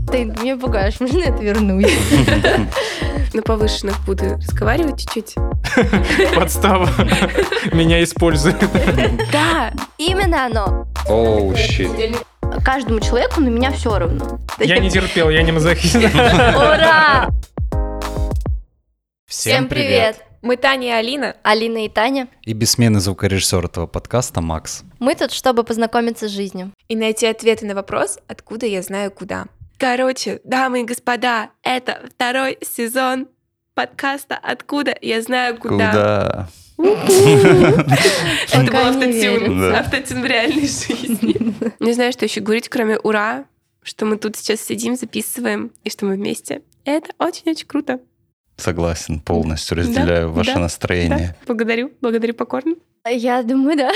Ты меня пугаешь, можно я отвернусь? На повышенных буду разговаривать чуть-чуть. Подстава. Меня используют. Да, именно оно. Оу, щит. Каждому человеку на меня все равно. Я не терпел, я не мазохист. Ура! Всем привет! Мы Таня и Алина. Алина и Таня. И бессменный звукорежиссер этого подкаста Макс. Мы тут, чтобы познакомиться с жизнью. И найти ответы на вопрос, откуда я знаю куда. Короче, дамы и господа, это второй сезон подкаста «Откуда я знаю куда». Это был Пока не автотюн. верится. Автотюн в реальной жизни. Не знаю, что еще говорить, кроме «Ура!», что мы тут сейчас сидим, записываем, и что мы вместе. Это очень-очень круто. Согласен, полностью разделяю ваше настроение. Да. Благодарю покорно. Я думаю, да.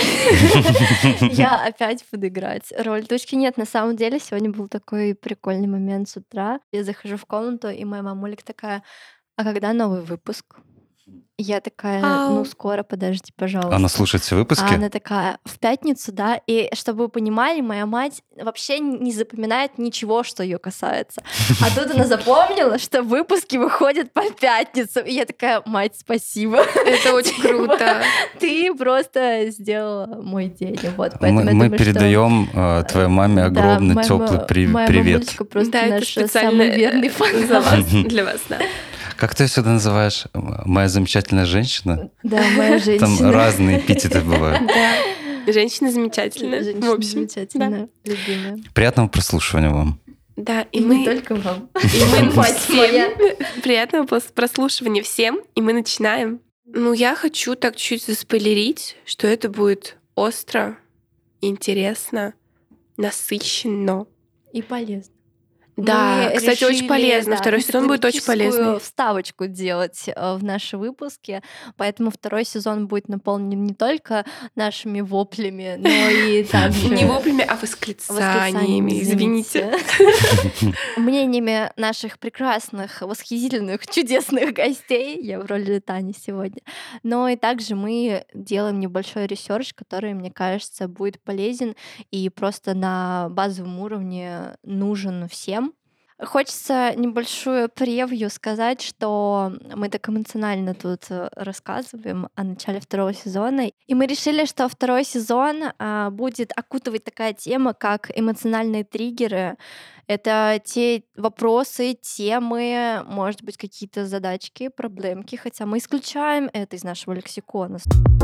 Я опять буду играть роль тучки. Нет, на самом деле, сегодня был такой прикольный момент с утра. Я захожу в комнату, и моя мамулик такая: а когда новый выпуск? Я такая: ну, скоро, подожди, пожалуйста. Она слушает все выпуски? А она такая: в пятницу, да. И чтобы вы понимали, моя мать вообще не запоминает ничего, что ее касается. А тут она запомнила, что выпуски выходят по пятницам. И я такая: мать, спасибо. Это очень круто. Ты просто сделала мой день. Вот, поэтому я Мы думаю, что, передаем твоей маме огромный да, теплый моя привет. мамулечка просто Да, это наш специально самый верный фанат. за вас, для вас, да. Как ты ее всегда называешь? Моя замечательная женщина? Да, моя женщина. Там разные эпитеты бывают. Да. Женщина замечательная. Женщина В общем, замечательная, любимая. Приятного прослушивания вам. да, И и не мы... только вам. И мы Мать моя. Приятного прослушивания всем, и мы начинаем. Ну, я хочу так чуть заспойлерить, что это будет остро, интересно, насыщенно. И полезно. Да, Мы кстати, очень решили, полезно. да, Второй сезон будет очень энциклопедическую полезный. вставочку делать в наши выпуски, поэтому второй сезон будет наполнен не только нашими воплями, но и также Не воплями, а восклицаниями. Извините. мнениями наших прекрасных, восхитительных, чудесных гостей. Я в роли Тани сегодня. Но и также мы делаем небольшой ресерч, который, мне кажется, будет полезен и просто на базовом уровне нужен всем. Хочется небольшую превью сказать, что мы так эмоционально тут рассказываем о начале второго сезона. И мы решили, что второй сезон будет окутывать такая тема, как эмоциональные триггеры. Это те вопросы, темы, может быть, какие-то задачки, проблемки, хотя мы исключаем это из нашего лексикона.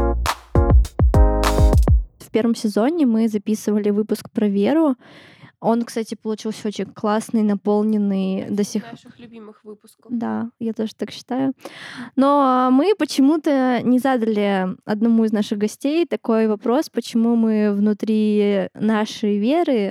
В первом сезоне мы записывали выпуск про Веру. Он, кстати, получился очень классный, наполненный до сих пор. Наших любимых выпусков. Да, я тоже так считаю. Но мы почему-то не задали одному из наших гостей такой вопрос, почему мы внутри нашей веры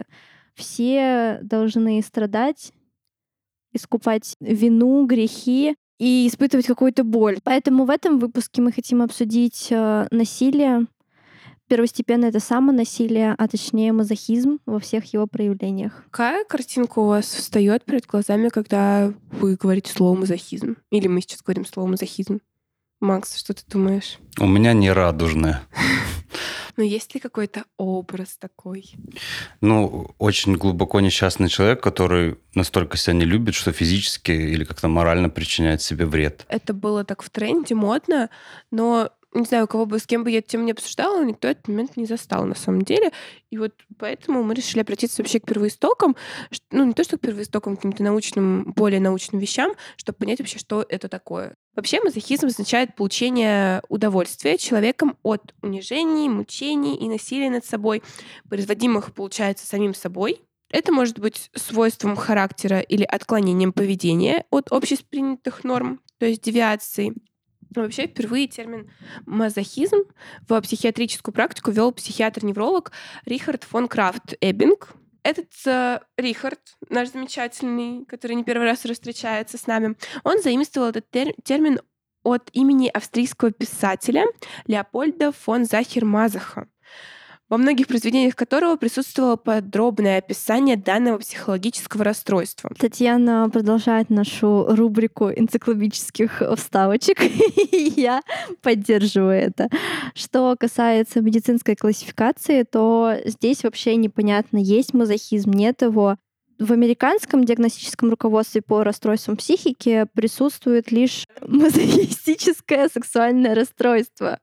все должны страдать, искупать вину, грехи и испытывать какую-то боль. Поэтому в этом выпуске мы хотим обсудить насилие. Первостепенно это самонасилие, а точнее мазохизм во всех его проявлениях. Какая картинка у вас встает перед глазами, когда вы говорите слово мазохизм? Или мы сейчас говорим слово мазохизм? Макс, что ты думаешь? У меня не радужная. Ну, есть ли какой-то образ такой? Ну, очень глубоко несчастный человек, который настолько себя не любит, что физически или как-то морально причиняет себе вред. Это было так в тренде, модно, но не знаю, у кого бы, с кем бы я эту тему не обсуждала, никто этот момент не застал на самом деле. И вот поэтому мы решили обратиться вообще к первоистокам. Ну, не то, что к первоистокам, к каким-то научным, более научным вещам, чтобы понять вообще, что это такое. Вообще мазохизм означает получение удовольствия человеком от унижений, мучений и насилия над собой, производимых, получается, самим собой. Это может быть свойством характера или отклонением поведения от общепринятых норм, то есть девиацией. Вообще, впервые термин мазохизм в психиатрическую практику ввел психиатр-невролог Рихард фон Крафт-Эббинг. Этот Рихард, наш замечательный, который не первый раз встречается с нами, он заимствовал этот термин от имени австрийского писателя Леопольда фон Захер-Мазаха, во многих произведениях которого присутствовало подробное описание данного психологического расстройства. Татьяна продолжает нашу рубрику энциклопедических вставочек, и я поддерживаю это. Что касается медицинской классификации, то здесь вообще непонятно, есть мазохизм, нет его. в американском диагностическом руководстве по расстройствам психики присутствует лишь мазохистическое сексуальное расстройство.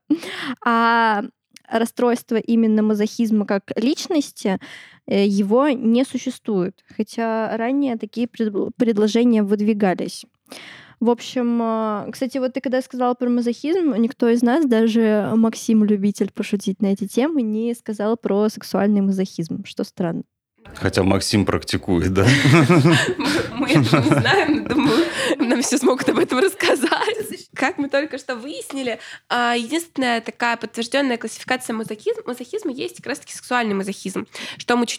А расстройство именно мазохизма как личности, его не существует. Хотя ранее такие предложения выдвигались. В общем, кстати, вот ты когда сказала про мазохизм, никто из нас, даже Максим, любитель пошутить на эти темы, не сказал про сексуальный мазохизм, что странно. Хотя Максим практикует, да? Мы этого не знаем, но думаю, нам все смогут об этом рассказать. Как мы только что выяснили, единственная такая подтвержденная классификация мазохизма есть как раз-таки сексуальный мазохизм, что мы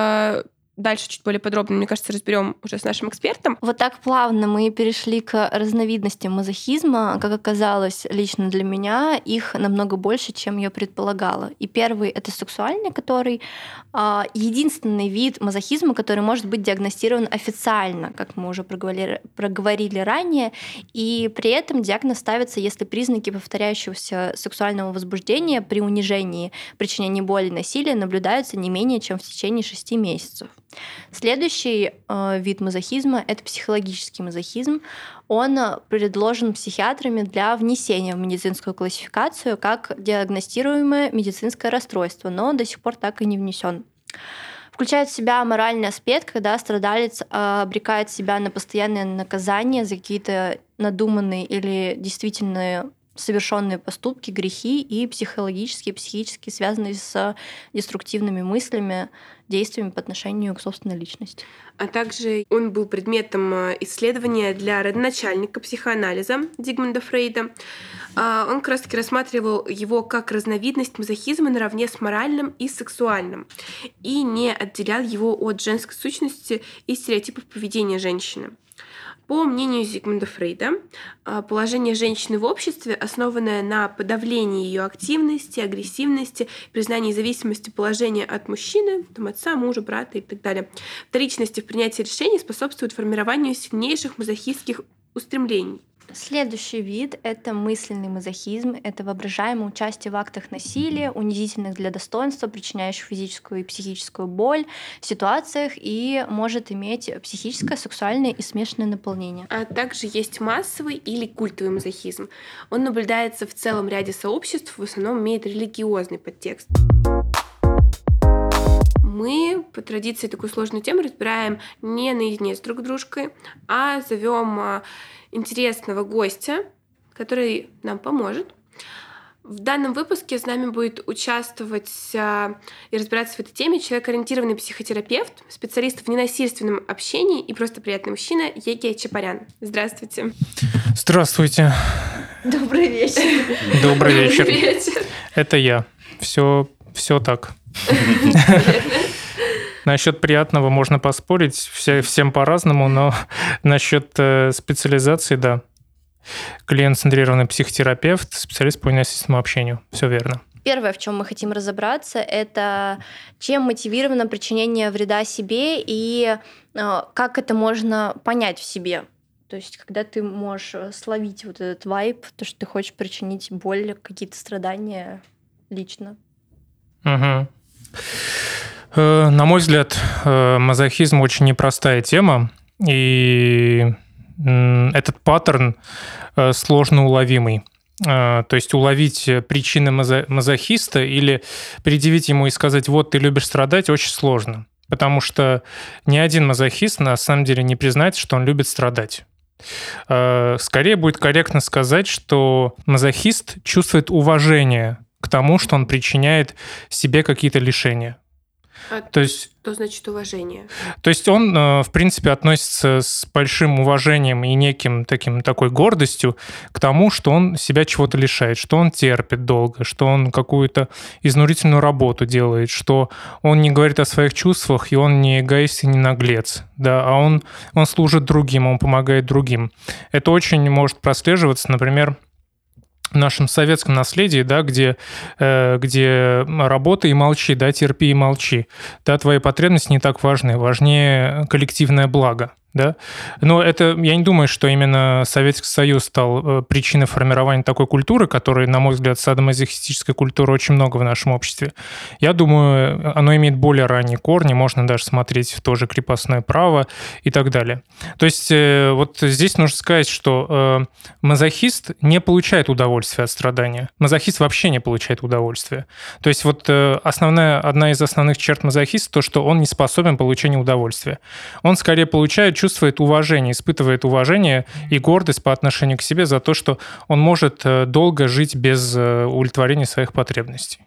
дальше чуть более подробно, мне кажется, разберем уже с нашим экспертом. Вот так плавно мы перешли к разновидностям мазохизма. Как оказалось, лично для меня их намного больше, чем я предполагала. И первый — это сексуальный, который единственный вид мазохизма, который может быть диагностирован официально, как мы уже проговорили ранее. И при этом диагноз ставится, если признаки повторяющегося сексуального возбуждения при унижении, причинении боли и насилия наблюдаются не менее чем в течение 6 месяцев. Следующий вид мазохизма — это психологический мазохизм. Он предложен психиатрами для внесения в медицинскую классификацию как диагностируемое медицинское расстройство, но до сих пор так и не внесен. Включает в себя моральный аспект, когда страдалец обрекает себя на постоянное наказание за какие-то надуманные или действительно совершенные поступки, грехи и психологические, психически связанные с деструктивными мыслями, действиями по отношению к собственной личности. А также он был предметом исследования для родоначальника психоанализа Зигмунда Фрейда. Он как раз-таки рассматривал его как разновидность мазохизма наравне с моральным и сексуальным и не отделял его от женской сущности и стереотипов поведения женщины. По мнению Зигмунда Фрейда, положение женщины в обществе, основанное на подавлении ее активности, агрессивности, признании зависимости положения от мужчины, отца, мужа, брата и так далее, вторичности в принятии решений способствует формированию сильнейших мазохистских устремлений. Следующий вид — это мысленный мазохизм. Это воображаемое участие в актах насилия, унизительных для достоинства, причиняющих физическую и психическую боль в ситуациях и может иметь психическое, сексуальное и смешанное наполнение. А также есть массовый или культовый мазохизм. Он наблюдается в целом ряде сообществ, в основном имеет религиозный подтекст. Мы по традиции такую сложную тему разбираем не наедине с друг дружкой, а зовем интересного гостя, который нам поможет. В данном выпуске с нами будет участвовать и разбираться в этой теме человек-ориентированный психотерапевт, специалист в ненасильственном общении и просто приятный мужчина Еге Чапарян. Здравствуйте. Здравствуйте. Добрый вечер. Добрый вечер. Это я. Все так. Насчет приятного можно поспорить, всем по-разному, но насчет специализации, да. Клиент-центрированный психотерапевт, специалист по ненасильственному общению. Все верно. Первое, в чем мы хотим разобраться, это чем мотивировано причинение вреда себе и как это можно понять в себе. То есть, когда ты можешь словить вот этот вайб, то, что ты хочешь причинить боль, какие-то страдания лично. Угу. На мой взгляд, мазохизм очень непростая тема, и этот паттерн сложно уловимый. То есть уловить причины мазохиста или предъявить ему и сказать: вот ты любишь страдать, очень сложно. Потому что ни один мазохист на самом деле не признает, что он любит страдать. Скорее будет корректно сказать, что мазохист чувствует уважение к тому, что он причиняет себе какие-то лишения. То есть, что значит уважение? То есть он, в принципе, относится с большим уважением и такой гордостью к тому, что он себя чего-то лишает, что он терпит долго, что он какую-то изнурительную работу делает, что он не говорит о своих чувствах, и он не эгоист и не наглец, да, а он служит другим, он помогает другим. Это очень может прослеживаться, например, в нашем советском наследии, да, где работай и молчи, да, терпи и молчи. Да, твои потребности не так важны, важнее коллективное благо. Да? Но это, я не думаю, что именно Советский Союз стал причиной формирования такой культуры, которой, на мой взгляд, садомазохистической культуры очень много в нашем обществе. Я думаю, оно имеет более ранние корни, можно даже смотреть в то же крепостное право и так далее. То есть вот здесь нужно сказать, что мазохист не получает удовольствия от страдания. Мазохист вообще не получает удовольствия. То есть вот одна из основных черт мазохиста то, что он не способен к получению удовольствия. Он скорее чувствует уважение, испытывает уважение и гордость по отношению к себе за то, что он может долго жить без удовлетворения своих потребностей.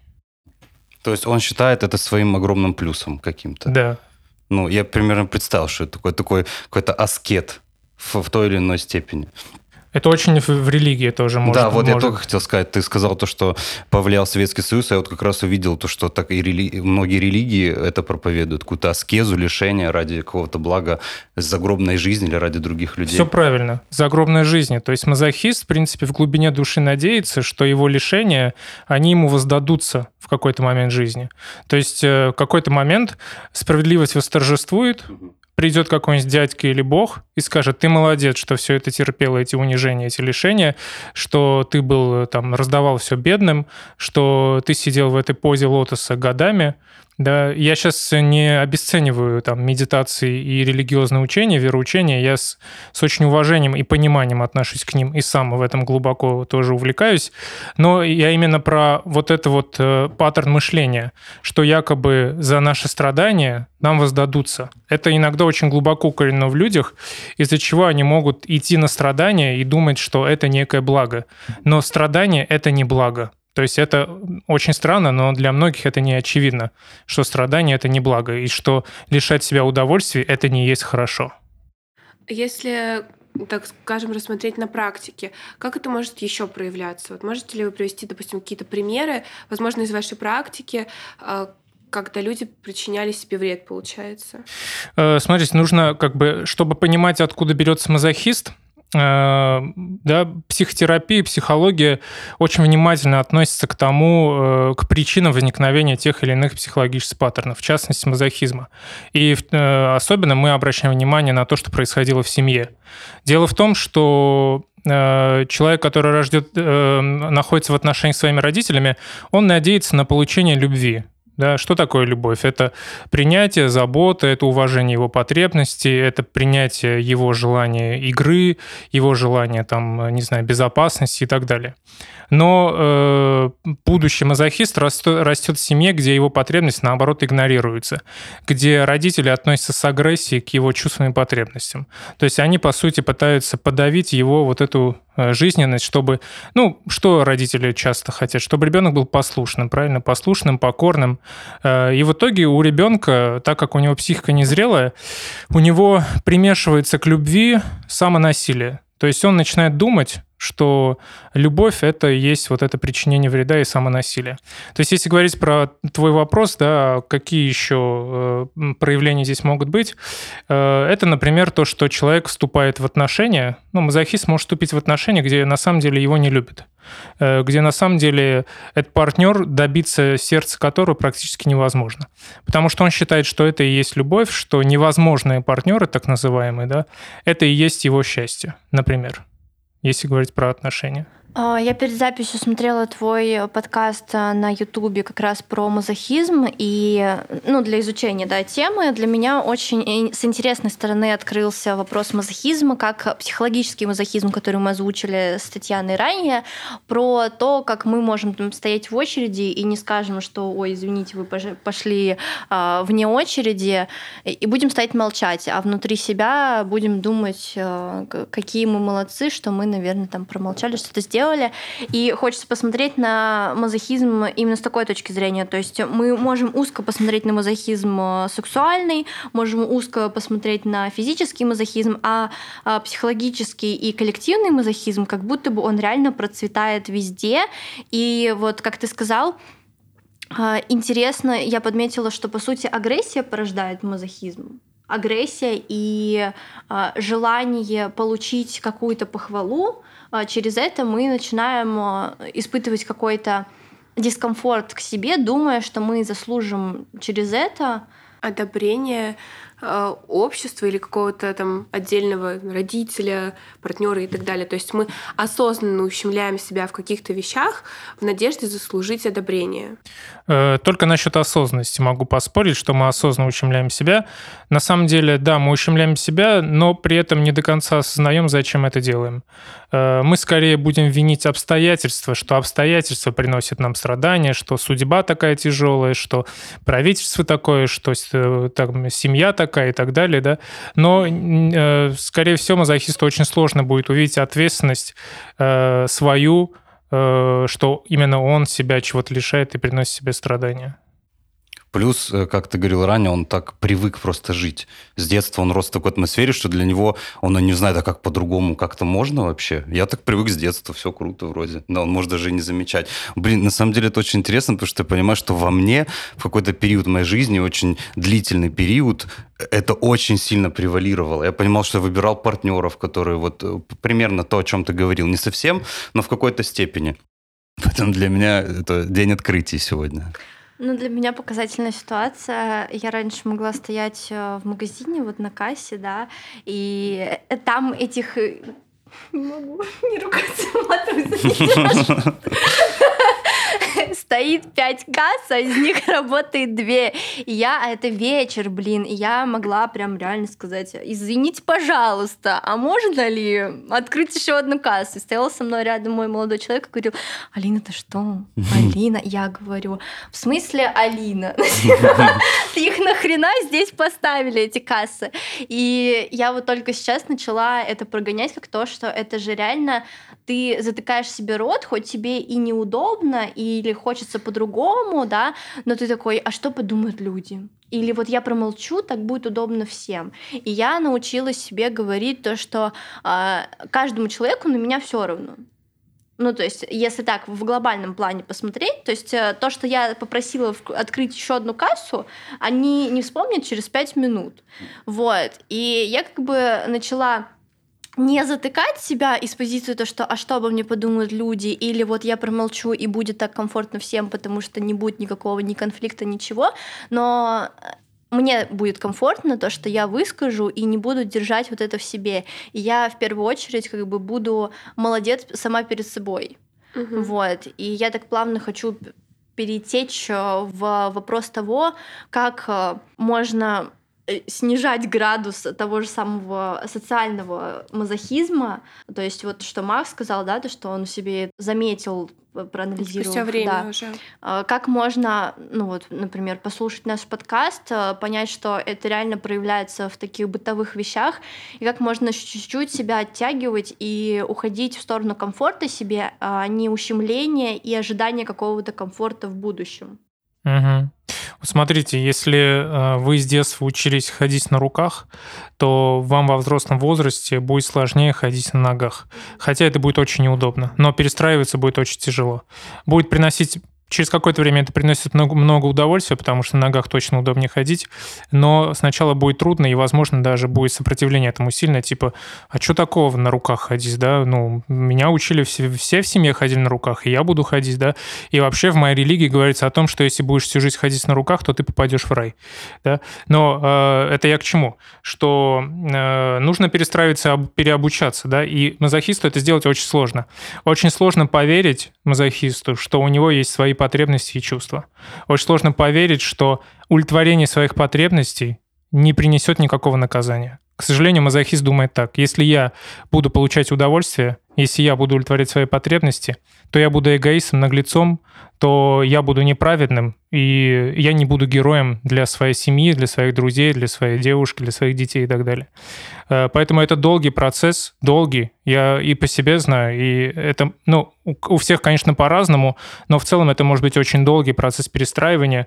То есть он считает это своим огромным плюсом каким-то. Да. Ну, я примерно представил, что это такой какой-то аскет в той или иной степени. Это очень в религии тоже можно. Да, вот я только хотел сказать, ты сказал то, что повлиял Советский Союз, а я вот как раз увидел то, что так и многие религии это проповедуют, какую-то аскезу, лишение ради какого-то блага загробной жизни или ради других людей. Все правильно, загробной жизни. То есть мазохист, в принципе, в глубине души надеется, что его лишения, они ему воздадутся в какой-то момент жизни. То есть в какой-то момент справедливость восторжествует, придет какой-нибудь дядька или бог и скажет: ты молодец, что все это терпел, эти унижения, эти лишения, что ты был там, раздавал все бедным, что ты сидел в этой позе лотоса годами. Да, я сейчас не обесцениваю там медитации и религиозные учения, вероучения. Я с очень уважением и пониманием отношусь к ним и сам в этом глубоко тоже увлекаюсь. Но я именно про вот это вот паттерн мышления, что якобы за наши страдания нам воздадутся. Это иногда очень глубоко укоренено в людях, из-за чего они могут идти на страдания и думать, что это некое благо. Но страдание — это не благо. То есть это очень странно, но для многих это не очевидно, что страдание — это не благо, и что лишать себя удовольствия — это не есть хорошо. Если, так скажем, рассмотреть на практике, как это может еще проявляться? Вот можете ли вы привести, допустим, какие-то примеры, возможно, из вашей практики, когда люди причиняли себе вред, получается? Смотрите, нужно чтобы понимать, откуда берется мазохист, да, психотерапия, психология очень внимательно относится к тому, к причинам возникновения тех или иных психологических паттернов, в частности, мазохизма. И особенно мы обращаем внимание на то, что происходило в семье. Дело в том, что человек, который находится в отношениях с своими родителями, он надеется на получение любви. Да, что такое любовь? Это принятие, забота, это уважение его потребностей, это принятие его желания игры, его желания, там, не знаю, безопасности и так далее. Но будущий мазохист растет в семье, где его потребности, наоборот, игнорируются, где родители относятся с агрессией к его чувствам и потребностям. То есть они, по сути, пытаются подавить его вот эту жизненность, чтобы... что родители часто хотят? Чтобы ребенок был послушным, правильно? Послушным, покорным. И в итоге у ребенка, так как у него психика незрелая, у него примешивается к любви самонасилие. То есть он начинает думать, что любовь — это и есть вот это причинение вреда и самонасилие. То есть если говорить про твой вопрос, да, какие еще проявления здесь могут быть, это, например, то, что человек вступает в отношения, мазохист может вступить в отношения, где на самом деле его не любят, где на самом деле этот партнер, добиться сердца которого практически невозможно. Потому что он считает, что это и есть любовь, что невозможные партнеры, так называемые, да, это и есть его счастье, например, если говорить про отношения. Я перед записью смотрела твой подкаст на Ютубе как раз про мазохизм, и для изучения темы для меня очень с интересной стороны открылся вопрос мазохизма, как психологический мазохизм, который мы озвучили с Татьяной ранее, про то, как мы можем стоять в очереди и не скажем, что «Ой, извините, вы пошли вне очереди», и будем стоять молчать, а внутри себя будем думать, какие мы молодцы, что мы, наверное, там промолчали, что-то сделали. И хочется посмотреть на мазохизм именно с такой точки зрения. То есть мы можем узко посмотреть на мазохизм сексуальный, можем узко посмотреть на физический мазохизм, а психологический и коллективный мазохизм, как будто бы он реально процветает везде. И вот, как ты сказал, интересно, я подметила, что, по сути, агрессия порождает мазохизм. Агрессия и желание получить какую-то похвалу, через это мы начинаем испытывать какой-то дискомфорт к себе, думая, что мы заслужим через это одобрение общества или какого-то там отдельного родителя, партнера и так далее. То есть мы осознанно ущемляем себя в каких-то вещах в надежде заслужить одобрение. Только насчет осознанности могу поспорить, что мы осознанно ущемляем себя. На самом деле, да, мы ущемляем себя, но при этом не до конца осознаем, зачем это делаем. Мы скорее будем винить обстоятельства, что обстоятельства приносят нам страдания, что судьба такая тяжелая, что правительство такое, что там, семья такая и так далее. Да? Но, скорее всего, мазохисту очень сложно будет увидеть ответственность свою, что именно он себя чего-то лишает и приносит себе страдания. Плюс, как ты говорил ранее, он так привык просто жить. С детства он рос в такой атмосфере, что для него он не знает, а как по-другому, как-то можно вообще. Я так привык с детства, все круто вроде. Да, он может даже и не замечать. Блин, на самом деле это очень интересно, потому что я понимаю, что во мне в какой-то период моей жизни, очень длительный период, это очень сильно превалировало. Я понимал, что я выбирал партнеров, которые вот примерно то, о чем ты говорил. Не совсем, но в какой-то степени. Поэтому для меня это день открытий сегодня. Ну, для меня показательная ситуация. Я раньше могла стоять в магазине, вот на кассе, да, и там этих... Не могу, не ругаться матом. Стоит 5 касс, а из них работает 2. А это вечер, блин, и я могла прям реально сказать: извините, пожалуйста, а можно ли открыть еще одну кассу? И стоял со мной рядом мой молодой человек и говорил: Алина, ты что? Алина? Я говорю: в смысле Алина? Их нахрена здесь поставили, эти кассы? И я вот только сейчас начала это прогонять как то, что это же реально ты затыкаешь себе рот, хоть тебе и неудобно, или хочется по-другому, да, но ты такой: а что подумают люди? Или вот я промолчу, так будет удобно всем. И я научилась себе говорить то, что каждому человеку на меня все равно. Ну, то есть, если так в глобальном плане посмотреть, то есть то, что я попросила открыть еще одну кассу, они не вспомнят через 5 минут. Вот. И я как бы начала не затыкать себя из позиции то, что «а что обо мне подумают люди?» или вот я промолчу и будет так комфортно всем, потому что не будет никакого ни конфликта, ничего, но мне будет комфортно то, что я выскажу и не буду держать вот это в себе. И я в первую очередь как бы буду молодец сама перед собой. Вот. И я так плавно хочу перетечь в вопрос того, как можно снижать градус того же самого социального мазохизма. То есть вот что Макс сказал, да, то, что он себе заметил, проанализировав. Спустя время уже. Как можно, ну вот, например, послушать наш подкаст, понять, что это реально проявляется в таких бытовых вещах, и как можно чуть-чуть себя оттягивать и уходить в сторону комфорта себе, а не ущемления и ожидания какого-то комфорта в будущем. Угу. Смотрите, если вы с детства учились ходить на руках, то вам во взрослом возрасте будет сложнее ходить на ногах. Хотя это будет очень неудобно, но перестраиваться будет очень тяжело. Будет приносить... Через какое-то время это приносит много удовольствия, потому что на ногах точно удобнее ходить, но сначала будет трудно, и, возможно, даже будет сопротивление этому сильное, типа, а что такого на руках ходить, да? Ну, меня учили все в семье ходили на руках, и я буду ходить, да? И вообще в моей религии говорится о том, что если будешь всю жизнь ходить на руках, то ты попадешь в рай, да? Но это я к чему? Что нужно перестраиваться, переобучаться, да? И мазохисту это сделать очень сложно. Очень сложно поверить мазохисту, что у него есть свои потребности и чувства. Очень сложно поверить, что удовлетворение своих потребностей не принесет никакого наказания. К сожалению, мазохист думает так: если я буду получать удовольствие, если я буду удовлетворять свои потребности, то я буду эгоистом, наглецом, то я буду неправедным, и я не буду героем для своей семьи, для своих друзей, для своей девушки, для своих детей и так далее. Поэтому это долгий процесс, долгий. Я и по себе знаю, и это, ну, у всех, конечно, по-разному, но в целом это может быть очень долгий процесс перестраивания.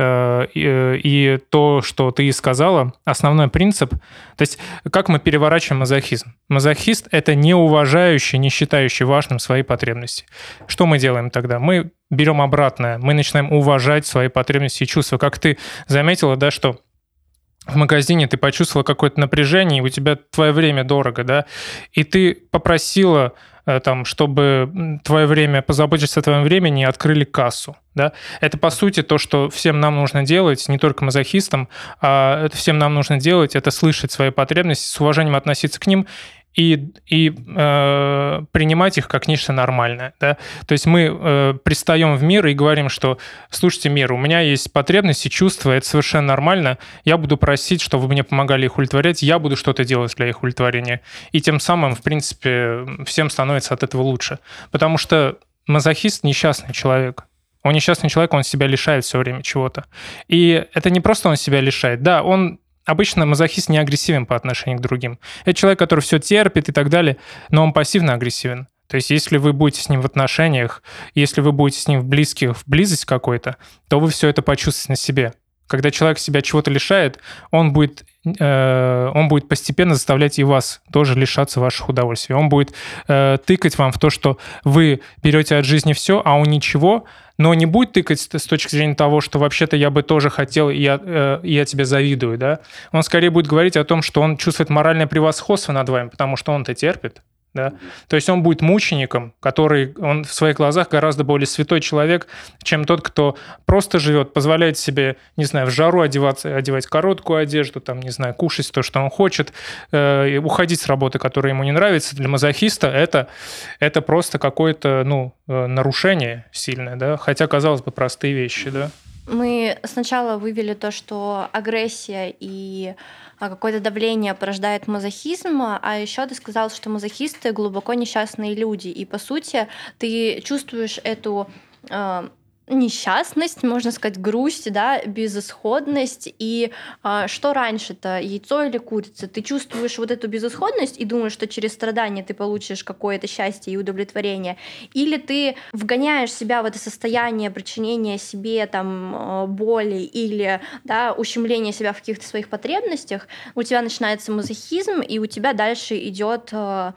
И то, что ты сказала, основной принцип, то есть как мы переворачиваем мазохизм? Мазохист — это не уважающий, не считающий важным свои потребности. Что мы делаем тогда? Мы берем обратное, мы начинаем уважать свои потребности и чувства. Как ты заметила, да, что в магазине ты почувствовала какое-то напряжение, и у тебя твое время дорого, да, и ты попросила там, чтобы твое время, позаботиться о твоем времени, открыли кассу. Да? Это, по сути, то, что всем нам нужно делать, не только мазохистам, а это всем нам нужно делать, это слышать свои потребности, с уважением относиться к ним и принимать их как нечто нормальное. Да? То есть мы пристаем в мир и говорим, что, слушайте, мир, у меня есть потребности, чувства, это совершенно нормально, я буду просить, чтобы вы мне помогали их удовлетворять, я буду что-то делать для их удовлетворения. И тем самым, в принципе, всем становится от этого лучше. Потому что мазохист – несчастный человек. Он несчастный человек, он себя лишает все время чего-то. И это не просто он себя лишает. Да, обычно мазохист не агрессивен по отношению к другим. Это человек, который все терпит и так далее, но он пассивно-агрессивен. То есть если вы будете с ним в отношениях, если вы будете с ним в близость какой-то, то вы все это почувствуете на себе. Когда человек себя чего-то лишает, он будет постепенно заставлять и вас тоже лишаться ваших удовольствий. Он будет тыкать вам в то, что вы берете от жизни все, а он ничего, но не будет тыкать с точки зрения того, что вообще-то я бы тоже хотел, и я тебе завидую. Да? Он скорее будет говорить о том, что он чувствует моральное превосходство над вами, потому что он-то терпит. Да? То есть он будет мучеником, он в своих глазах гораздо более святой человек, чем тот, кто просто живет, позволяет себе, не знаю, в жару одевать короткую одежду, там, не знаю, кушать то, что он хочет, уходить с работы, которая ему не нравится. Для мазохиста это просто какое-то нарушение сильное, да? Хотя, казалось бы, простые вещи. Да? Мы сначала вывели то, что агрессия и какое-то давление порождает мазохизм, а еще ты сказал, что мазохисты глубоко несчастные люди, и по сути ты чувствуешь эту несчастность, можно сказать, грусть, да, безысходность. И что раньше-то, яйцо или курица? Ты чувствуешь вот эту безысходность и думаешь, что через страдания ты получишь какое-то счастье и удовлетворение? Или ты вгоняешь себя в это состояние причинения себе там боли или, да, ущемления себя в каких-то своих потребностях, у тебя начинается мазохизм, и у тебя дальше идет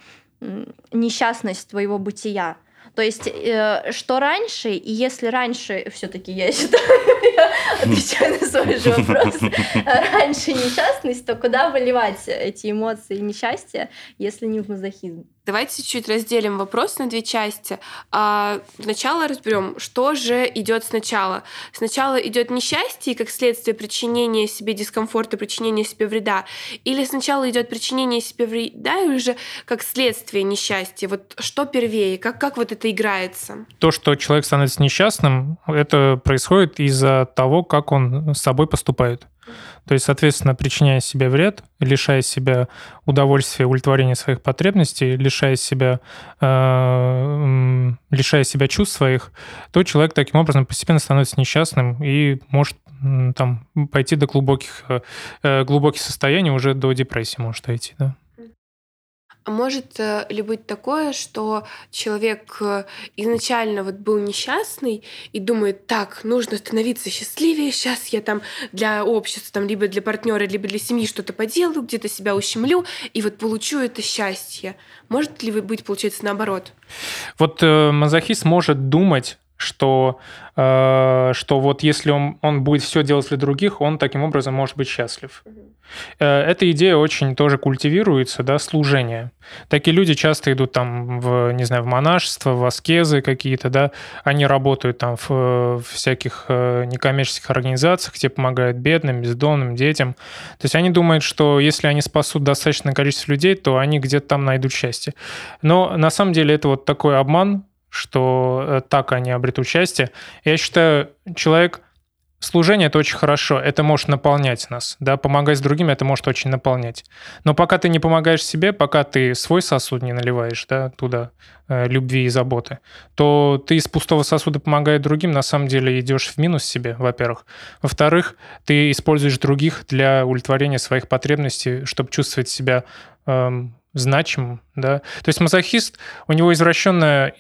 несчастность твоего бытия. То есть, что раньше, и если раньше, все-таки я считаю, я отвечаю на свой же вопрос, раньше несчастность, то куда выливать эти эмоции несчастья, если не в мазохизм? Давайте чуть разделим вопрос на две части. Сначала разберем, что же идет сначала. Сначала идет несчастье, как следствие причинения себе дискомфорта, причинения себе вреда, или сначала идет причинение себе вреда и уже как следствие несчастья. Вот что первее, как вот это играется? То, что человек становится несчастным, это происходит из-за того, как он с собой поступает. То есть, соответственно, причиняя себе вред, лишая себя удовольствия, удовлетворения своих потребностей, лишая себя чувств своих, то человек таким образом постепенно становится несчастным и может там пойти до глубоких состояний, уже до депрессии может дойти. Да? А может ли быть такое, что человек изначально вот был несчастный и думает, так, нужно становиться счастливее, сейчас я там для общества, там, либо для партнера, либо для семьи что-то поделаю, где-то себя ущемлю, и вот получу это счастье. Может ли быть, получается, наоборот? Вот мазохист может думать, что вот если он будет все делать для других, он таким образом может быть счастлив. Эта идея очень тоже культивируется, да, служение. Такие люди часто идут там в монашество, в аскезы какие-то, да, они работают там в всяких некоммерческих организациях, где помогают бедным, бездомным, детям. То есть они думают, что если они спасут достаточное количество людей, то они где-то там найдут счастье. Но на самом деле это вот такой обман, что так они обретут счастье. Я считаю, служение — это очень хорошо, это может наполнять нас, да, помогать другим — это может очень наполнять. Но пока ты не помогаешь себе, пока ты свой сосуд не наливаешь, да, туда любви и заботы, то ты из пустого сосуда, помогая другим, на самом деле идешь в минус себе, во-первых. Во-вторых, ты используешь других для удовлетворения своих потребностей, чтобы чувствовать себя значимым, да. То есть мазохист, у него искаженное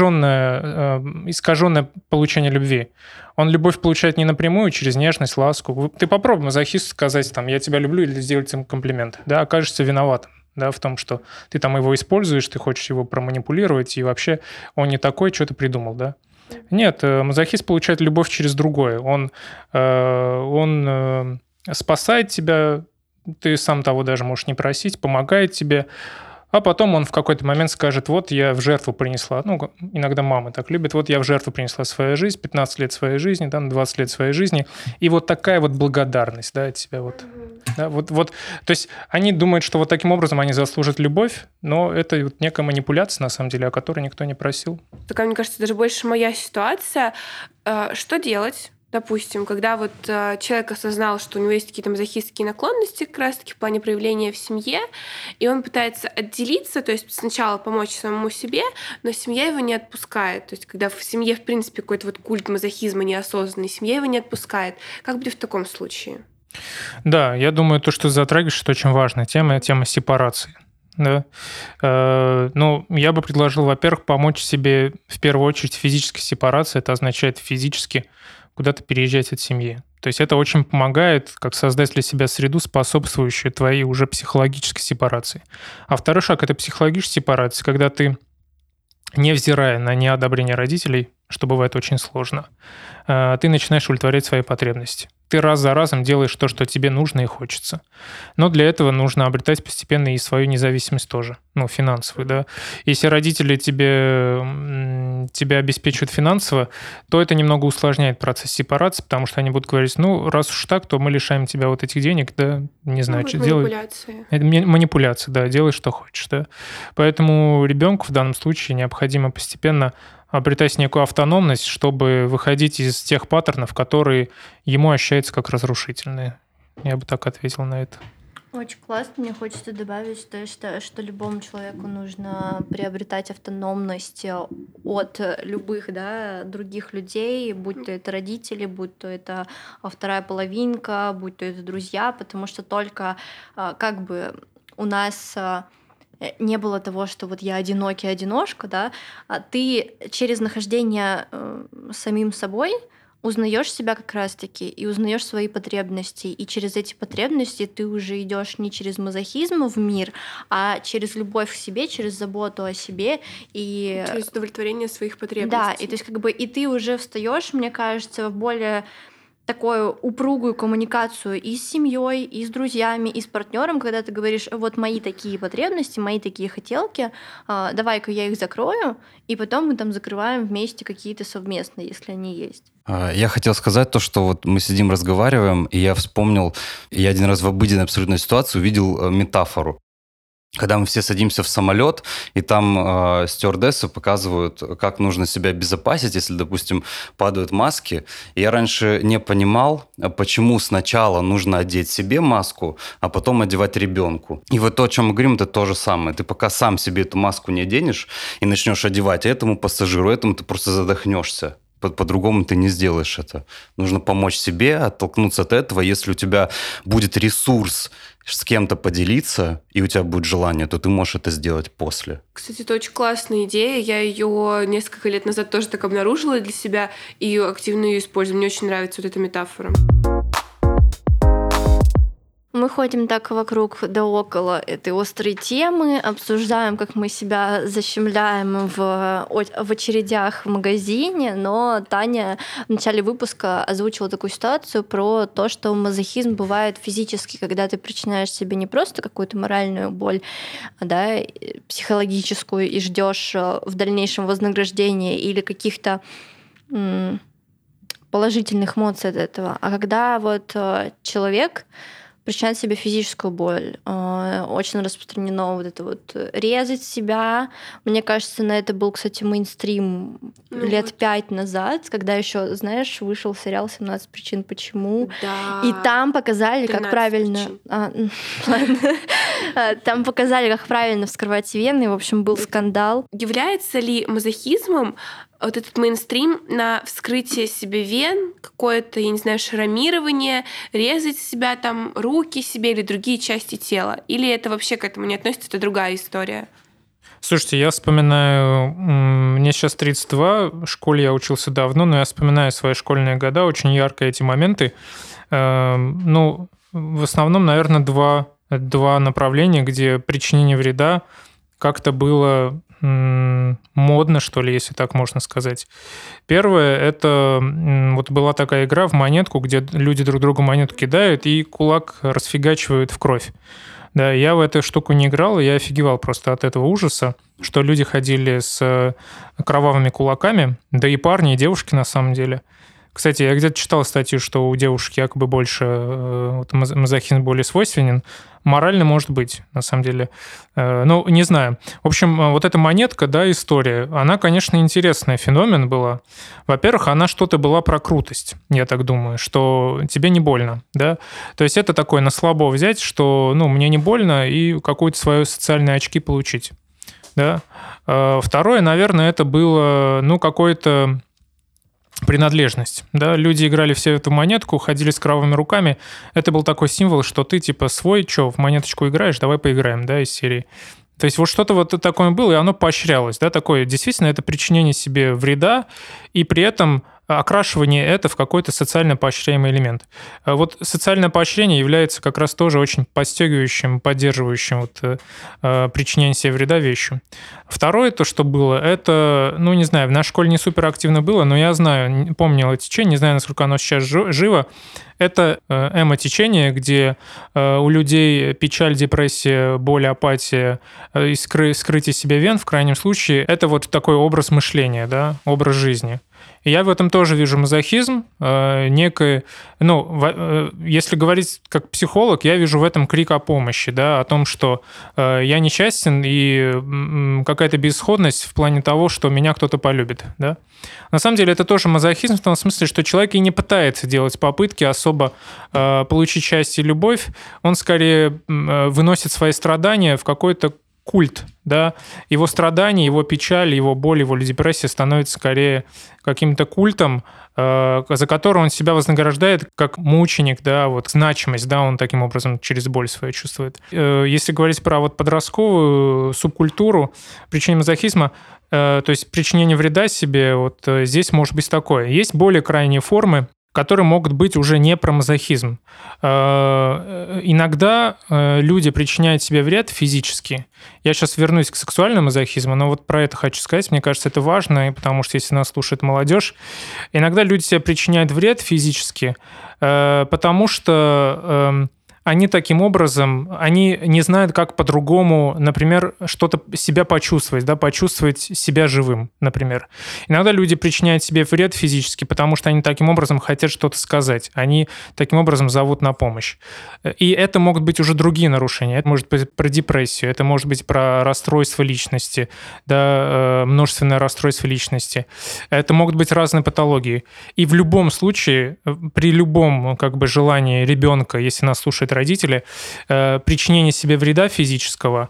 получение любви. Он любовь получает не напрямую, через нежность, ласку. Ты попробуй мазохисту сказать, там, я тебя люблю, или сделать ему комплимент, да, окажешься виноватым, да, в том, что ты там его используешь, ты хочешь его проманипулировать, и вообще он не такой, что ты придумал, да. Нет, мазохист получает любовь через другое. Он спасает тебя, ты сам того даже можешь не просить, помогает тебе, А потом он в какой-то момент скажет, вот я в жертву принесла, ну, иногда мамы так любят, вот я в жертву принесла свою жизнь, 15 лет своей жизни, там, 20 лет своей жизни, и вот такая вот благодарность, да, от тебя вот. Да, вот, то есть они думают, что вот таким образом они заслужат любовь, но это вот некая манипуляция, на самом деле, о которой никто не просил. Такая, мне кажется, даже больше моя ситуация. Что делать? Допустим, когда вот человек осознал, что у него есть какие-то мазохистские наклонности как раз-таки в плане проявления в семье, и он пытается отделиться, то есть сначала помочь самому себе, но семья его не отпускает. То есть когда в семье, в принципе, какой-то вот культ мазохизма неосознанный, семья его не отпускает. Как будет в таком случае? Да, я думаю, то, что ты затрагиваешь, это очень важная тема сепарации. Да. Ну, я бы предложил, во-первых, помочь себе в первую очередь физической сепарации. Это означает физически куда-то переезжать от семьи. То есть это очень помогает, как создать для себя среду, способствующую твоей уже психологической сепарации. А второй шаг – это психологическая сепарация, когда ты, невзирая на неодобрение родителей, что бывает очень сложно, ты начинаешь удовлетворять свои потребности. Ты раз за разом делаешь то, что тебе нужно и хочется. Но для этого нужно обретать постепенно и свою независимость тоже, ну, финансовую, да. Если родители тебя обеспечивают финансово, то это немного усложняет процесс сепарации, потому что они будут говорить, ну, раз уж так, то мы лишаем тебя вот этих денег, да, не знаю, что делать. Манипуляции. Это манипуляция, да, делай, что хочешь, да. Поэтому ребенку в данном случае необходимо постепенно обретать некую автономность, чтобы выходить из тех паттернов, которые ему ощущаются как разрушительные. Я бы так ответил на это. Очень классно. Мне хочется добавить, что я считаю, что любому человеку нужно приобретать автономность от любых, да, других людей, будь то это родители, будь то это вторая половинка, будь то это друзья, потому что только как бы у нас не было того, что вот я одинокий одиношка, да, а ты через нахождение самим собой узнаешь себя как раз-таки и узнаешь свои потребности, и через эти потребности ты уже идешь не через мазохизм в мир, а через любовь к себе, через заботу о себе и через удовлетворение своих потребностей. Да, и то есть как бы и ты уже встаешь, мне кажется, в более такую упругую коммуникацию и с семьей, и с друзьями, и с партнером, когда ты говоришь, вот мои такие потребности, мои такие хотелки, давай-ка я их закрою, и потом мы там закрываем вместе какие-то совместные, если они есть. Я хотел сказать то, что вот мы сидим, разговариваем, и я вспомнил, я один раз в обыденной абсолютной ситуации увидел метафору. Когда мы все садимся в самолет, и там стюардессы показывают, как нужно себя обезопасить, если, допустим, падают маски. Я раньше не понимал, почему сначала нужно одеть себе маску, а потом одевать ребенку. И вот то, о чем мы говорим, это то же самое. Ты пока сам себе эту маску не оденешь и начнешь одевать этому пассажиру, этому ты просто задохнешься. По-другому ты не сделаешь это. Нужно помочь себе, оттолкнуться от этого. Если у тебя будет ресурс с кем-то поделиться, и у тебя будет желание, то ты можешь это сделать после. Кстати, это очень классная идея. Я ее несколько лет назад тоже так обнаружила для себя и активно ее использую. Мне очень нравится вот эта метафора. Мы ходим так вокруг да около этой острой темы, обсуждаем, как мы себя защемляем в очередях в магазине, но Таня в начале выпуска озвучила такую ситуацию про то, что мазохизм бывает физически, когда ты причиняешь себе не просто какую-то моральную боль, да, психологическую и ждешь в дальнейшем вознаграждения или каких-то положительных эмоций от этого, а когда вот человек причинять себе физическую боль. Очень распространено вот это вот резать себя. Мне кажется, на это был, кстати, мейнстрим лет 5 назад, когда еще, знаешь, вышел сериал «17 причин почему». Да. И там показали, как правильно... Там показали, как правильно вскрывать вены. В общем, был скандал. Является ли мазохизмом вот этот мейнстрим на вскрытие себе вен, какое-то, я не знаю, шрамирование, резать себя там, руки себе или другие части тела? Или это вообще к этому не относится, это другая история? Слушайте, я вспоминаю, мне сейчас 32, в школе я учился давно, но я вспоминаю свои школьные года, очень ярко эти моменты. Ну, в основном, наверное, два направления, где причинение вреда как-то было модно, что ли, если так можно сказать. Первое, это вот была такая игра в монетку, где люди друг другу монету кидают и кулак расфигачивают в кровь. Да, я в эту штуку не играл, и я офигевал просто от этого ужаса, что люди ходили с кровавыми кулаками, да и парни, и девушки на самом деле. Кстати, я где-то читал статью, что у девушек якобы больше мазохизм более свойственен. Морально может быть, на самом деле. Ну, не знаю. В общем, вот эта монетка, да, история, она, конечно, интересный феномен была. Во-первых, она что-то была про крутость, я так думаю, что тебе не больно, да. То есть это такое на слабо взять, что, ну, мне не больно, и какое-то свое социальные очки получить, да. Второе, наверное, это было, ну, какое-то принадлежность. Да? Люди играли все в эту монетку, ходили с кровавыми руками. Это был такой символ, что ты типа свой, что, в монеточку играешь, давай поиграем, да, из серии. То есть вот что-то вот такое было, и оно поощрялось. Да? Такое, действительно, это причинение себе вреда, и при этом окрашивание это в какой-то социально поощряемый элемент. Вот социальное поощрение является как раз тоже очень подстегивающим, поддерживающим вот, причинение себе вреда вещью. Второе, то, что было, это, ну, не знаю, в нашей школе не супер активно было, но я знаю, помнил это течение, не знаю, насколько оно сейчас живо. Это эмо-течение, где у людей печаль, депрессия, боль, апатия и скрытие себе вен, в крайнем случае, это вот такой образ мышления, да, образ жизни. И я в этом тоже вижу мазохизм, некое, ну, если говорить как психолог, я вижу в этом крик о помощи, да, о том, что я несчастен и какая-то безысходность в плане того, что меня кто-то полюбит, да. На самом деле это тоже мазохизм в том смысле, что человек и не пытается делать попытки особо получить счастье и любовь, он скорее выносит свои страдания в какой-то культ, да, его страдания, его печаль, его боль, его депрессия становится скорее каким-то культом, за который он себя вознаграждает как мученик, да, вот значимость, да, он таким образом через боль свою чувствует. Если говорить про вот подростковую субкультуру, причинение мазохизма, то есть причинение вреда себе, вот здесь может быть такое. Есть более крайние формы, которые могут быть уже не про мазохизм. Иногда люди причиняют себе вред физически. Я сейчас вернусь к сексуальному мазохизму, но вот про это хочу сказать. Мне кажется, это важно, потому что если нас слушает молодежь, иногда люди себе причиняют вред физически, потому что они таким образом, они не знают, как по-другому, например, что-то себя почувствовать, да, почувствовать себя живым, например. Иногда люди причиняют себе вред физически, потому что они таким образом хотят что-то сказать. Они таким образом зовут на помощь. И это могут быть уже другие нарушения. Это может быть про депрессию, это может быть про расстройство личности, да, множественное расстройство личности. Это могут быть разные патологии. И в любом случае, при любом как бы желании ребенка, если нас слушает родители, причинение себе вреда физического,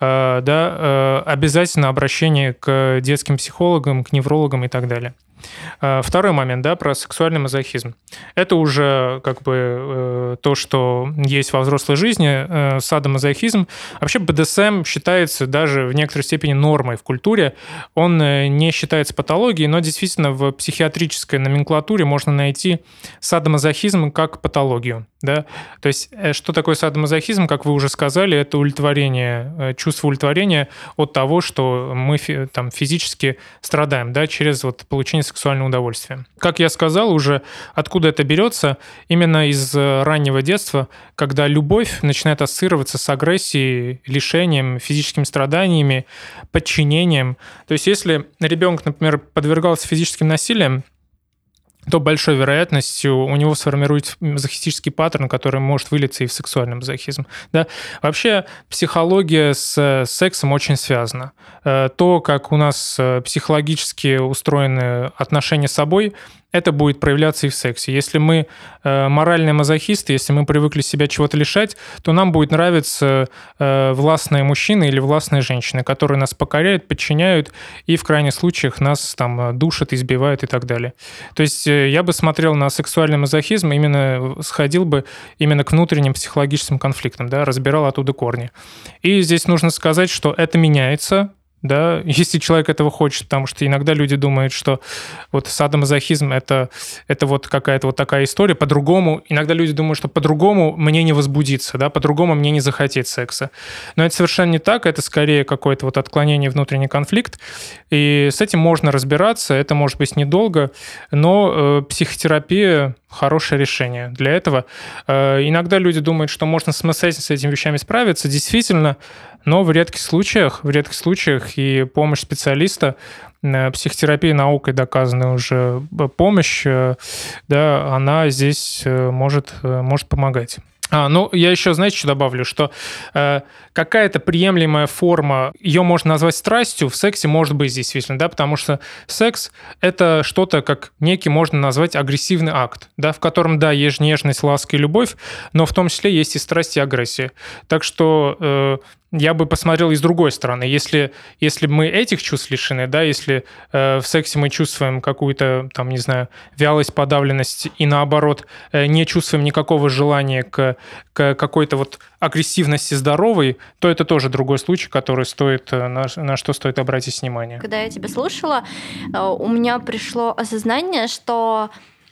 да, обязательно обращение к детским психологам, к неврологам и так далее. Второй момент, да, про сексуальный мазохизм. Это уже как бы то, что есть во взрослой жизни, садомазохизм. Вообще БДСМ считается даже в некоторой степени нормой в культуре. Он не считается патологией, но действительно в психиатрической номенклатуре можно найти садомазохизм как патологию. Да? То есть что такое садомазохизм, как вы уже сказали, это удовлетворение, чувство удовлетворения от того, что мы там физически страдаем, да, через вот получение сексуального удовольствия. Как я сказал уже, откуда это берется? Именно из раннего детства, когда любовь начинает ассоциироваться с агрессией, лишением, физическими страданиями, подчинением. То есть если ребенок, например, подвергался физическим насилиям, то большой вероятностью у него сформируется мазохистический паттерн, который может вылиться и в сексуальный мазохизм. Да? Вообще психология с сексом очень связана. То, как у нас психологически устроены отношения с собой, это будет проявляться и в сексе. Если мы моральные мазохисты, если мы привыкли себя чего-то лишать, то нам будет нравиться властные мужчины или властные женщины, которые нас покоряют, подчиняют и в крайних случаях нас там душат, избивают и так далее. То есть я бы смотрел на сексуальный мазохизм, именно сходил бы именно к внутренним психологическим конфликтам, да, разбирал оттуда корни. И здесь нужно сказать, что это меняется да, если человек этого хочет, потому что иногда люди думают, что вот садомазохизм это вот какая-то вот такая история, по-другому, иногда люди думают, что по-другому мне не возбудиться, да, по-другому мне не захотеть секса. Но это совершенно не так, это скорее какое-то вот отклонение, внутренний конфликт, и с этим можно разбираться, это может быть недолго, но психотерапия хорошее решение для этого. Иногда люди думают, что можно самостоятельно с этими вещами справиться, действительно, но в редких случаях и помощь специалиста, психотерапия наукой доказанная уже помощь, да, она здесь может помогать. Ну, я еще, знаете, что добавлю, что какая-то приемлемая форма, ее можно назвать страстью, в сексе может быть действительно, да, потому что секс — это что-то, как некий, можно назвать, агрессивный акт, да, в котором, да, есть нежность, ласка и любовь, но в том числе есть и страсть, и агрессия. Так что я бы посмотрел и с другой стороны. Если мы этих чувств лишены, да, если в сексе мы чувствуем какую-то, там, не знаю, вялость, подавленность и, наоборот, не чувствуем никакого желания к какой-то вот агрессивности здоровой, то это тоже другой случай, который на что стоит обратить внимание. Когда я тебя слушала, у меня пришло осознание, что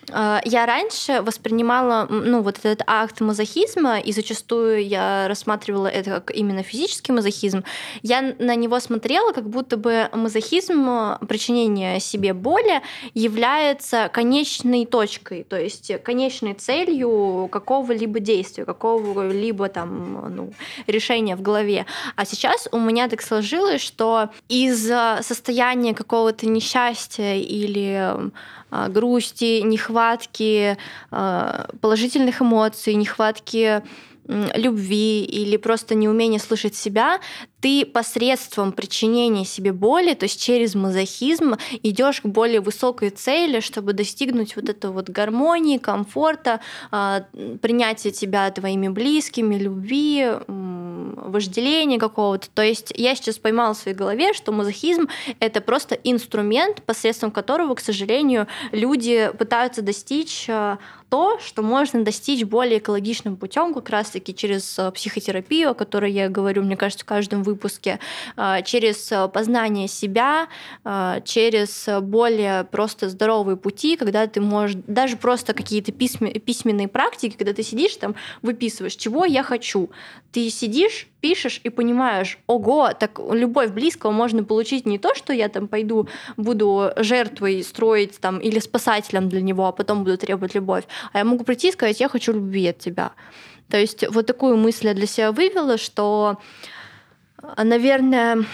я раньше воспринимала, вот этот акт мазохизма, и зачастую я рассматривала это как именно физический мазохизм. Я на него смотрела, как будто бы мазохизм, причинение себе боли, является конечной точкой, то есть конечной целью какого-либо действия, какого-либо там решения в голове. А сейчас у меня так сложилось, что из-за состояния какого-то несчастья или грусти, нехватки положительных эмоций, нехватки любви или просто неумения слышать себя, ты посредством причинения себе боли, то есть через мазохизм, идешь к более высокой цели, чтобы достигнуть вот этой вот гармонии, комфорта, принятия тебя твоими близкими, любви, вожделения какого-то. То есть я сейчас поймала в своей голове, что мазохизм — это просто инструмент, посредством которого, к сожалению, люди пытаются достичь то, что можно достичь более экологичным путем, как раз-таки через психотерапию, о которой я говорю, мне кажется, в каждом выпуске, через познание себя, через более просто здоровые пути, когда ты можешь, даже просто какие-то письменные практики, когда ты сидишь там, выписываешь, чего я хочу. Ты сидишь, пишешь и понимаешь, ого, так любовь близкого можно получить не то, что я там пойду, буду жертвой строить там или спасателем для него, а потом буду требовать любовь, а я могу прийти и сказать, я хочу любви от тебя. То есть вот такую мысль я для себя вывела, что, наверное,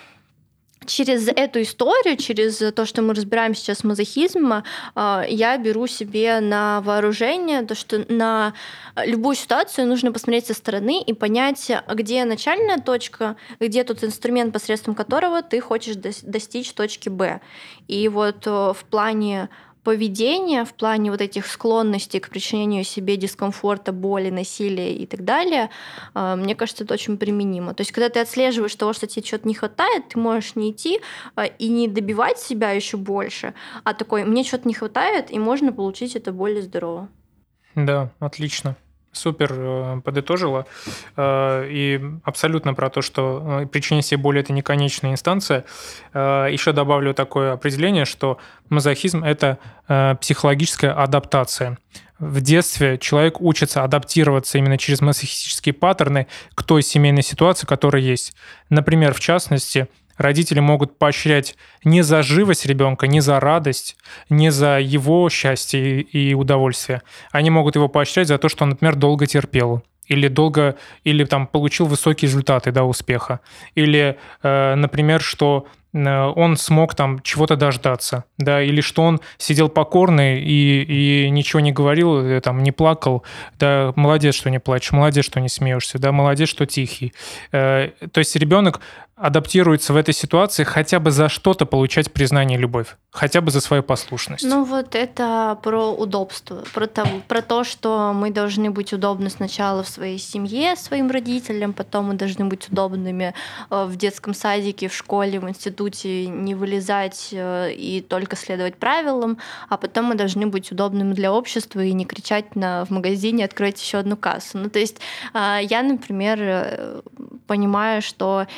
через эту историю, через то, что мы разбираем сейчас мазохизм, я беру себе на вооружение то, что на любую ситуацию нужно посмотреть со стороны и понять, где начальная точка, где тот инструмент, посредством которого ты хочешь достичь точки Б. И вот в плане поведения, в плане вот этих склонностей к причинению себе дискомфорта, боли, насилия и так далее, мне кажется, это очень применимо. То есть, когда ты отслеживаешь того, что тебе что-то не хватает, ты можешь не идти и не добивать себя еще больше, а такой, мне что-то не хватает, и можно получить это более здорово. Да, отлично. Супер подытожила. И абсолютно про то, что причинение себе боли – это не конечная инстанция. Еще добавлю такое определение, что мазохизм – это психологическая адаптация. В детстве человек учится адаптироваться именно через мазохистические паттерны к той семейной ситуации, которая есть. Например, в частности, родители могут поощрять не за живость ребенка, не за радость, не за его счастье и удовольствие. Они могут его поощрять за то, что он, например, долго терпел. Или там получил высокие результаты, да, успеха. Или, например, что он смог там чего-то дождаться, да, или что он сидел покорный и ничего не говорил, там, не плакал, да, молодец, что не плачешь, молодец, что не смеешься, да, молодец, что тихий. То есть ребенок адаптируется в этой ситуации хотя бы за что-то получать признание и любовь, хотя бы за свою послушность. Ну вот это про удобство, про то, что мы должны быть удобны сначала в своей семье, своим родителям, потом мы должны быть удобными в детском садике, в школе, в институте, не вылезать и только следовать правилам, а потом мы должны быть удобными для общества и не кричать в магазине «откройте еще одну кассу». Ну то есть я, например, понимаю, что не всегда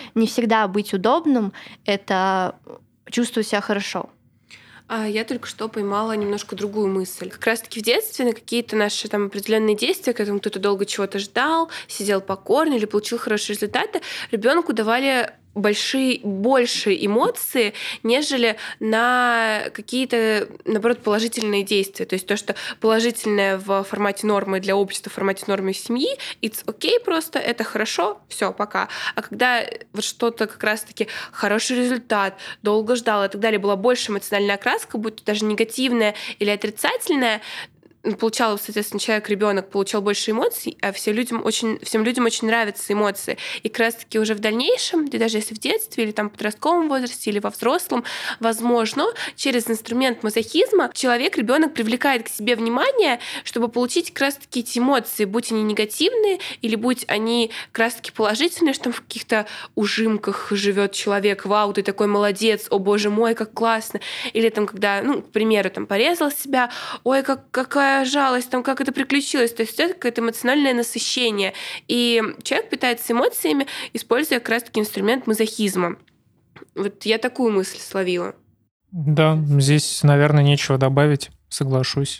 всегда быть удобным — это чувствовать себя хорошо. Я только что поймала немножко другую мысль. Как раз-таки в детстве на какие-то наши там определенные действия, когда кто-то долго чего-то ждал, сидел покорно или получил хорошие результаты, ребенку давали больше эмоции, нежели на какие-то, наоборот, положительные действия. То есть то, что положительное в формате нормы для общества, в формате нормы семьи, it's okay просто, это хорошо, все, пока. А когда вот что-то как раз-таки хороший результат, долго ждал и так далее, была больше эмоциональная окраска, будь то даже негативная или отрицательная, получал, соответственно, ребенок получал больше эмоций, а всем людям очень нравятся эмоции. И как раз-таки уже в дальнейшем, да даже если в детстве или там в подростковом возрасте или во взрослом, возможно, через инструмент мазохизма ребенок привлекает к себе внимание, чтобы получить как раз-таки эти эмоции, будь они негативные или будь они как раз-таки положительные, что там в каких-то ужимках живет человек, вау, ты такой молодец, о боже мой, как классно. Или там, когда, к примеру, там порезал себя, ой, какая жалость, там, как это приключилось. То есть это какое-то эмоциональное насыщение. И человек питается эмоциями, используя как раз-таки инструмент мазохизма. Вот я такую мысль словила. Да, здесь, наверное, нечего добавить, соглашусь.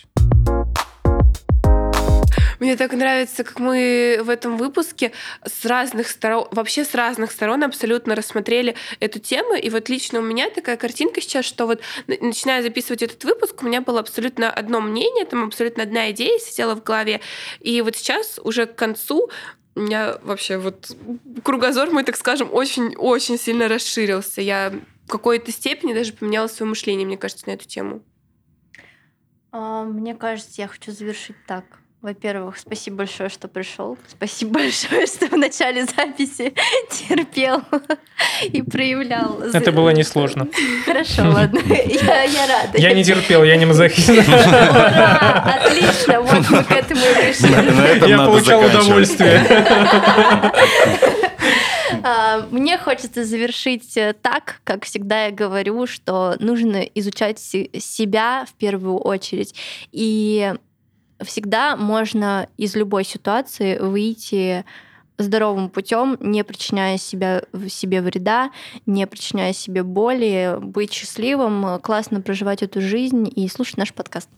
Мне так нравится, как мы в этом выпуске с разных сторон абсолютно рассмотрели эту тему. И вот лично у меня такая картинка сейчас, что вот начиная записывать этот выпуск, у меня было абсолютно одно мнение, там абсолютно одна идея сидела в голове. И вот сейчас уже к концу у меня вообще вот кругозор мой, так скажем, очень-очень сильно расширился. Я в какой-то степени даже поменяла свое мышление, мне кажется, на эту тему. Мне кажется, я хочу завершить так. Во-первых, спасибо большое, что пришел. Спасибо большое, что в начале записи терпел и проявлял. Это было несложно. Хорошо, ладно. Я рада. Я не терпел, я не мазохист. Ура! Отлично, вот мы к этому и пришли. Я получал удовольствие. Мне хочется завершить так, как всегда я говорю, что нужно изучать себя в первую очередь. И всегда можно из любой ситуации выйти здоровым путем, не причиняя себе вреда, не причиняя себе боли, быть счастливым, классно проживать эту жизнь и слушать наш подкаст.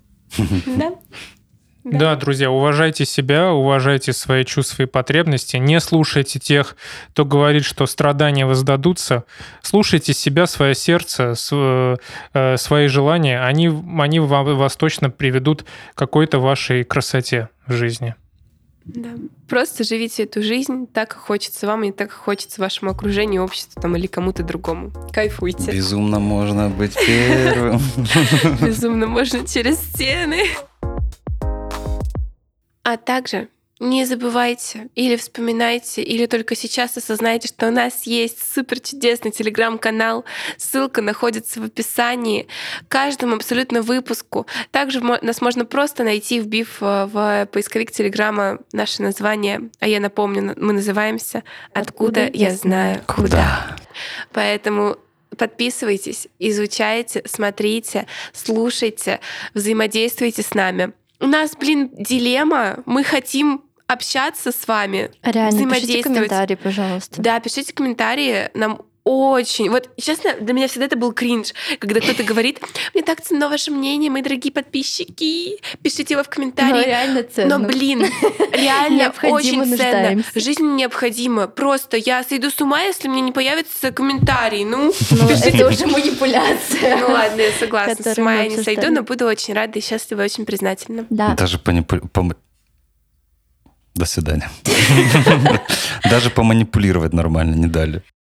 Да, друзья, уважайте себя, уважайте свои чувства и потребности, не слушайте тех, кто говорит, что страдания воздадутся. Слушайте себя, свое сердце, свои желания. Они вас точно приведут к какой-то вашей красоте в жизни. Да. Просто живите эту жизнь так, как хочется вам, и так, как хочется вашему окружению, обществу там, или кому-то другому. Кайфуйте. Безумно можно быть первым. Безумно можно через стены. А также не забывайте или вспоминайте, или только сейчас осознайте, что у нас есть супер чудесный телеграм-канал. Ссылка находится в описании к каждому абсолютно выпуску. Также нас можно просто найти, вбив в поисковик телеграма наше название. А я напомню, мы называемся «Откуда я знаю куда». Поэтому подписывайтесь, изучайте, смотрите, слушайте, взаимодействуйте с нами. У нас, дилемма. Мы хотим общаться с вами, реально, взаимодействовать. Пишите комментарии, пожалуйста. Да, пишите комментарии. Нам очень... Вот, честно, для меня всегда это был кринж, когда кто-то говорит: мне так ценно ваше мнение, мои дорогие подписчики. Пишите его в комментарии. Но реально ценно. Но, реально очень ценно. Жизнь необходима. Просто я сойду с ума, если мне не появятся комментарии. Это уже манипуляция. Ну ладно, я согласна. С ума я не сойду, но буду очень рада и счастлива, очень признательна. Да. Даже До свидания. Даже поманипулировать нормально не дали.